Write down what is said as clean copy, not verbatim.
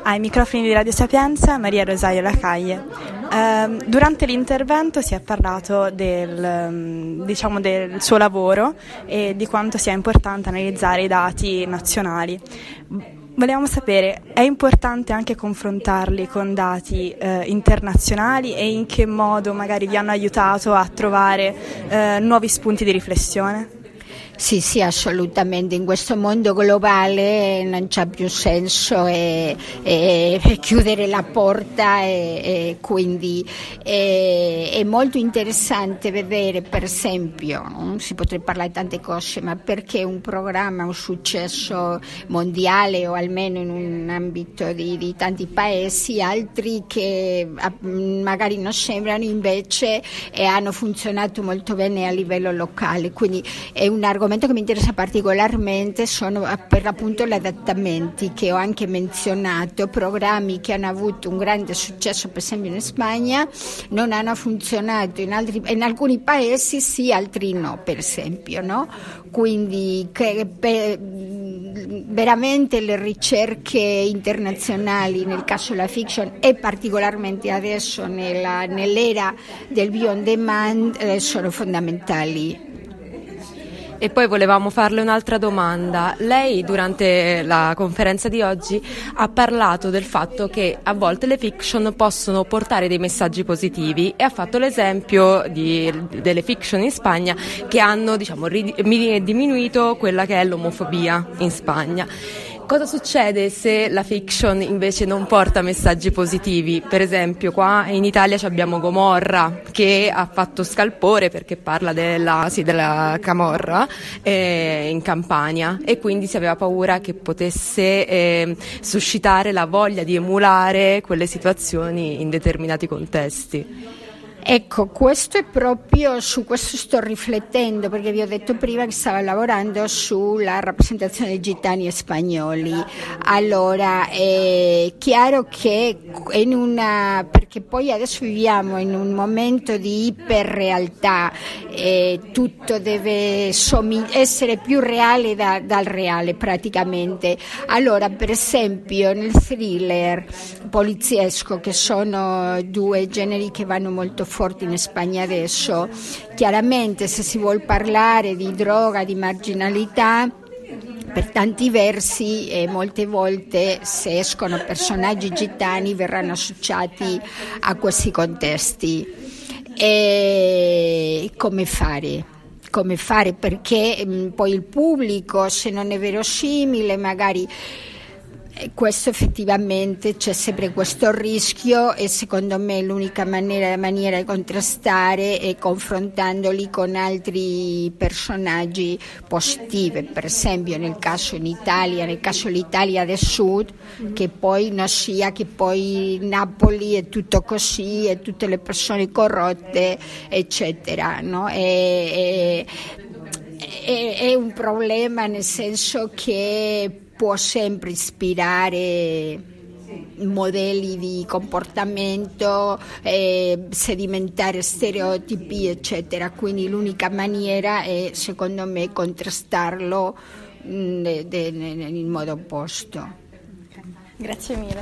Ai microfoni di Radio Sapienza, Maria Rosario Lacaille. Durante l'intervento si è parlato del suo lavoro e di quanto sia importante analizzare i dati nazionali. Volevamo sapere, è importante anche confrontarli con dati internazionali e in che modo magari vi hanno aiutato a trovare nuovi spunti di riflessione? Sì, assolutamente. In questo mondo globale non c'ha più senso chiudere la porta e quindi è molto interessante vedere, per esempio, si potrebbe parlare di tante cose, ma perché un programma ha un successo mondiale o almeno in un ambito di tanti paesi, altri che magari non sembrano invece hanno funzionato molto bene a livello locale. Quindi è un argomento che mi interessa particolarmente, sono per l'appunto gli adattamenti che ho anche menzionato, programmi che hanno avuto un grande successo per esempio in Spagna, non hanno funzionato in alcuni paesi sì, altri no, per esempio, no? Quindi veramente le ricerche internazionali nel caso della fiction e particolarmente adesso nell'era del bio on demand sono fondamentali. E poi volevamo farle un'altra domanda. Lei durante la conferenza di oggi ha parlato del fatto che a volte le fiction possono portare dei messaggi positivi e ha fatto l'esempio delle fiction in Spagna che hanno diminuito quella che è l'omofobia in Spagna. Cosa succede se la fiction invece non porta messaggi positivi? Per esempio qua in Italia abbiamo Gomorra che ha fatto scalpore perché parla della camorra in Campania e quindi si aveva paura che potesse suscitare la voglia di emulare quelle situazioni in determinati contesti. Ecco, questo è proprio su questo sto riflettendo, perché vi ho detto prima che stavo lavorando sulla rappresentazione dei gitani e spagnoli. Allora, è chiaro che perché poi adesso viviamo in un momento di iperrealtà e tutto deve essere più reale dal reale praticamente. Allora, per esempio, nel thriller poliziesco, che sono due generi che vanno molto forti in Spagna adesso, chiaramente se si vuol parlare di droga, di marginalità, per tanti versi molte volte se escono personaggi gitani verranno associati a questi contesti. E come fare? Perché poi il pubblico, se non è verosimile, magari questo effettivamente c'è sempre questo rischio e secondo me l'unica maniera di contrastare è confrontandoli con altri personaggi positivi, per esempio nel caso l'Italia del Sud, che poi non sia che poi Napoli è tutto così e tutte le persone corrotte eccetera, no? È un problema, nel senso che può sempre ispirare modelli di comportamento, sedimentare stereotipi eccetera, quindi l'unica maniera è secondo me contrastarlo in modo opposto. Grazie mille.